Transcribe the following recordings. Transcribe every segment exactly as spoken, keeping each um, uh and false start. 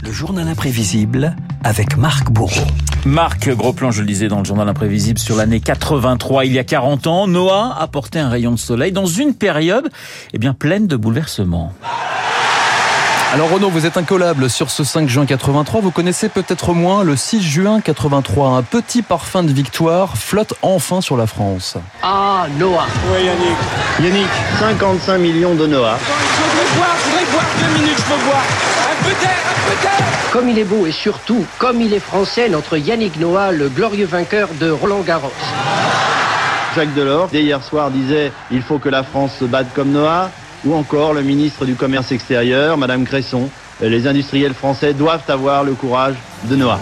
Le journal imprévisible avec Marc Bourreau. Marc, gros plan, je le disais dans le journal imprévisible, sur l'année quatre-vingt-trois, il y a quarante ans, Noah apportait un rayon de soleil dans une période eh bien, pleine de bouleversements. Alors Renaud, vous êtes incollable sur ce cinq juin quatre-vingt-trois. Vous connaissez peut-être moins le six juin quatre-vingt-trois. Un petit parfum de victoire flotte enfin sur la France. Ah, Noah. Oui, Yannick. Yannick, cinquante-cinq millions de Noah. Je voudrais voir, je voudrais voir deux minutes, je peux voir. Un peu d'air, un peu d'air. Comme il est beau et surtout, comme il est français, notre Yannick Noah, le glorieux vainqueur de Roland Garros. Jacques Delors, dès hier soir, disait « Il faut que la France se batte comme Noah ». Ou encore le ministre du Commerce extérieur, Madame Cresson. Les industriels français doivent avoir le courage de Noah.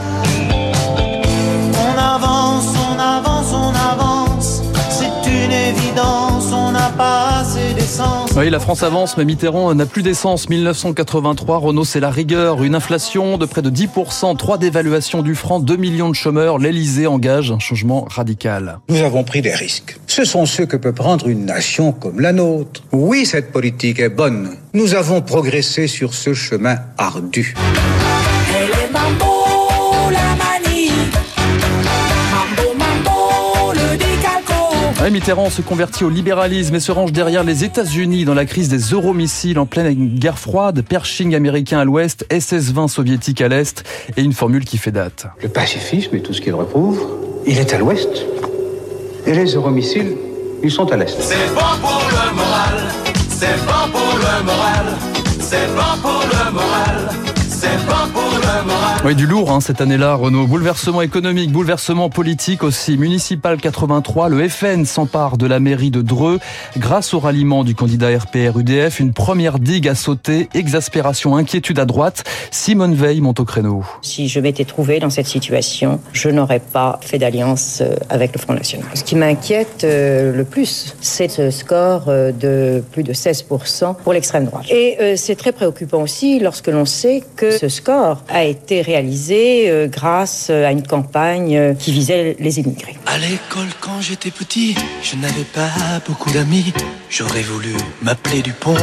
On avance, on avance, on avance. C'est une évidence, on n'a pas assez d'essence. Oui, la France avance, mais Mitterrand n'a plus d'essence. dix-neuf cent quatre-vingt-trois, Renaud, c'est la rigueur. Une inflation de près de dix pour cent, trois dévaluations du franc, deux millions de chômeurs. L'Élysée engage un changement radical. Nous avons pris des risques. Ce sont ceux que peut prendre une nation comme la nôtre. Oui, cette politique est bonne. Nous avons progressé sur ce chemin ardu. Elle est mambo, la manie. Mambo, mambo, le décalco. Ouais, Mitterrand se convertit au libéralisme et se range derrière les États-Unis dans la crise des euromissiles en pleine guerre froide. Pershing américain à l'ouest, S S vingt soviétique à l'est et une formule qui fait date. Le pacifisme et tout ce qu'il recouvre, il est à l'ouest. Et les euromissiles, ils sont à l'est. C'est bon pour le moral, c'est bon pour le moral, c'est bon pour le moral, c'est bon pour le moral. Oui, du lourd hein, cette année-là, Renaud. Bouleversement économique, bouleversement politique aussi. Municipal quatre-vingt-trois, le F N s'empare de la mairie de Dreux. Grâce au ralliement du candidat R P R U D F, une première digue a sauté. Exaspération, inquiétude à droite. Simone Veil monte au créneau. Si je m'étais trouvée dans cette situation, je n'aurais pas fait d'alliance avec le Front National. Ce qui m'inquiète le plus, c'est ce score de plus de seize pour cent pour l'extrême droite. Et c'est très préoccupant aussi lorsque l'on sait que ce score a été réalisé euh, grâce à une campagne qui visait les immigrés. À l'école, quand j'étais petit, je n'avais pas beaucoup d'amis. J'aurais voulu m'appeler Dupont.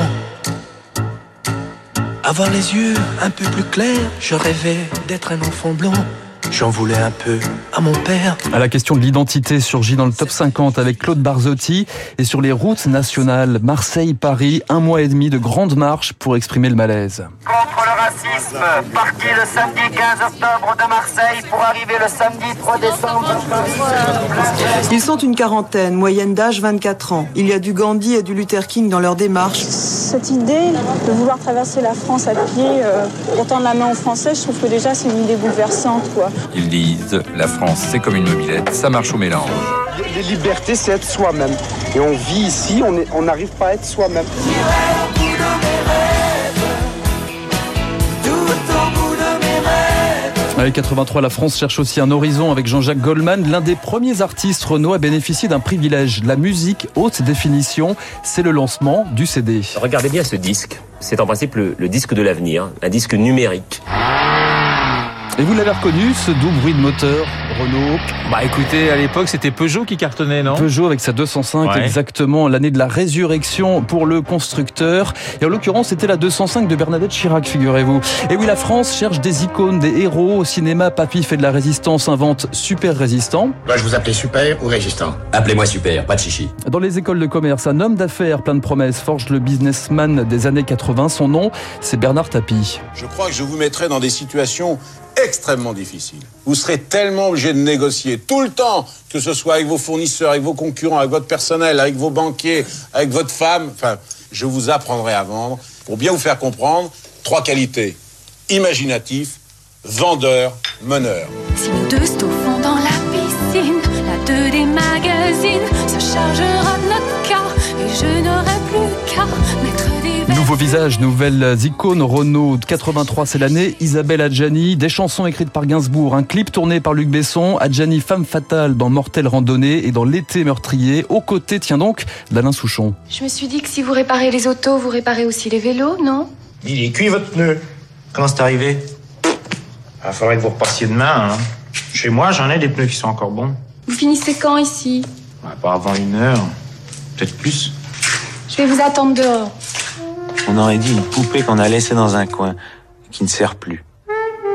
Avoir les yeux un peu plus clairs, je rêvais d'être un enfant blond. J'en voulais un peu à mon père. À la question de l'identité surgit dans le top cinquante avec Claude Barzotti. Et sur les routes nationales, Marseille-Paris, un mois et demi de grande marche pour exprimer le malaise. Contre le racisme, parti le samedi quinze octobre de Marseille pour arriver le samedi trois décembre. Ils sont une quarantaine, moyenne d'âge vingt-quatre ans. Il y a du Gandhi et du Luther King dans leur démarche. Cette idée de vouloir traverser la France à pied euh, pour tendre la main aux Français, je trouve que déjà c'est une idée bouleversante, quoi. Ils disent, la France c'est comme une mobilette, ça marche au mélange. La liberté c'est être soi-même. Et on vit ici, on n'arrive pas à être soi-même. Avec quatre-vingt-trois, la France cherche aussi un horizon avec Jean-Jacques Goldman. L'un des premiers artistes, Renaud, a bénéficié d'un privilège. La musique haute définition, c'est le lancement du C D. Regardez bien ce disque. C'est en principe le, le disque de l'avenir, un disque numérique. Et vous l'avez reconnu, ce doux bruit de moteur, Renault? Bah écoutez, à l'époque, c'était Peugeot qui cartonnait, non? Peugeot avec sa deux cent cinq, ouais. Exactement, l'année de la résurrection pour le constructeur. Et en l'occurrence, c'était la deux cent cinq de Bernadette Chirac, figurez-vous. Et oui, la France cherche des icônes, des héros. Au cinéma, Papy fait de la résistance, invente Super Résistant. Dois-je vous appeler Super ou Résistant? Appelez-moi Super, pas de chichi. Dans les écoles de commerce, un homme d'affaires plein de promesses forge le businessman des années quatre-vingts. Son nom, c'est Bernard Tapie. Je crois que je vous mettrai dans des situations extrêmement difficile. Vous serez tellement obligé de négocier tout le temps, que ce soit avec vos fournisseurs, avec vos concurrents, avec votre personnel, avec vos banquiers, avec votre femme. Enfin, je vous apprendrai à vendre pour bien vous faire comprendre trois qualités. Imaginatif, vendeur, meneur. Si nous deux stoffons dans la piscine, la deux des magazines se chargera de notre cas et je n'aurai plus qu'à mettre des verres. Nouveau visage, nouvelles icônes. Renault quatre-vingt-trois, c'est l'année. Isabelle Adjani, des chansons écrites par Gainsbourg, un clip tourné par Luc Besson. Adjani, femme fatale dans Mortelle Randonnée et dans L'été meurtrier. Aux côtés, tiens donc, d'Alain Souchon. Je me suis dit que si vous réparez les autos, vous réparez aussi les vélos, non? Il est cuit votre pneu. Comment c'est arrivé? Il faudrait que vous repassiez demain. Hein. Chez moi, j'en ai des pneus qui sont encore bons. Vous finissez quand ici? Ouais, pas avant une heure. Peut-être plus. Je vais vous attendre dehors. On aurait dit une poupée qu'on a laissée dans un coin, qui ne sert plus.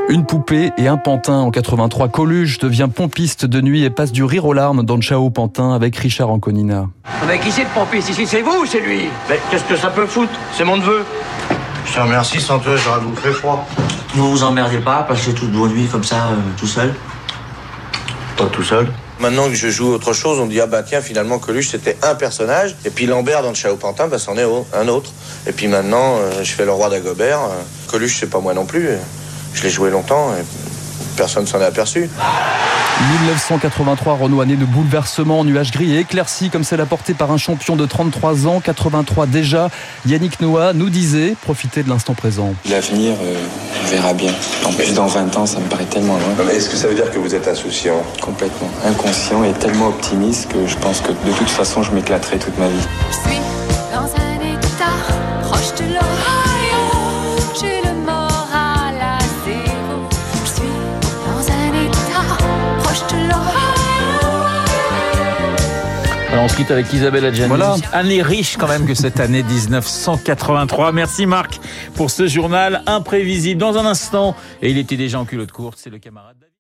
Une poupée et un pantin. En quatre-vingt-trois, Coluche devient pompiste de nuit et passe du rire aux larmes dans Ciao Pantin avec Richard Anconina. Mais qui c'est le pompiste ici? C'est vous ou c'est lui? Mais qu'est-ce que ça peut foutre? C'est mon neveu. Je te remercie, sans toi j'aurais bouffé froid. Vous vous emmerdez pas à passer toute vos nuits comme ça, euh, tout seul? Pas tout seul. Maintenant que je joue autre chose, on dit ah bah tiens finalement Coluche c'était un personnage et puis Lambert dans le Ciao Pantin bah c'en est un autre. Et puis maintenant euh, je fais le roi d'Agobert. Euh, Coluche c'est pas moi non plus. Je l'ai joué longtemps et personne s'en est aperçu. dix-neuf cent quatre-vingt-trois, Renault, année de bouleversement, nuage gris et éclairci comme celle apportée par un champion de trente-trois ans, quatre-vingt-trois déjà. Yannick Noah nous disait profiter de l'instant présent. L'avenir, euh, on verra bien. En plus, dans vingt ans, ça me paraît tellement loin. Non, mais est-ce que ça veut dire que vous êtes insouciant? Complètement. Inconscient et tellement optimiste que je pense que de toute façon, je m'éclaterai toute ma vie. Je suis dans un état proche de l'Ohio. J'ai le moral à zéro. Je suis dans un état proche de l'Ohio. Alors on se quitte avec Isabelle Adjani. Voilà. Année riche quand même que cette année dix-neuf cent quatre-vingt-trois. Merci Marc pour ce journal imprévisible. Dans un instant, et il était déjà en culotte courte, c'est le camarade David.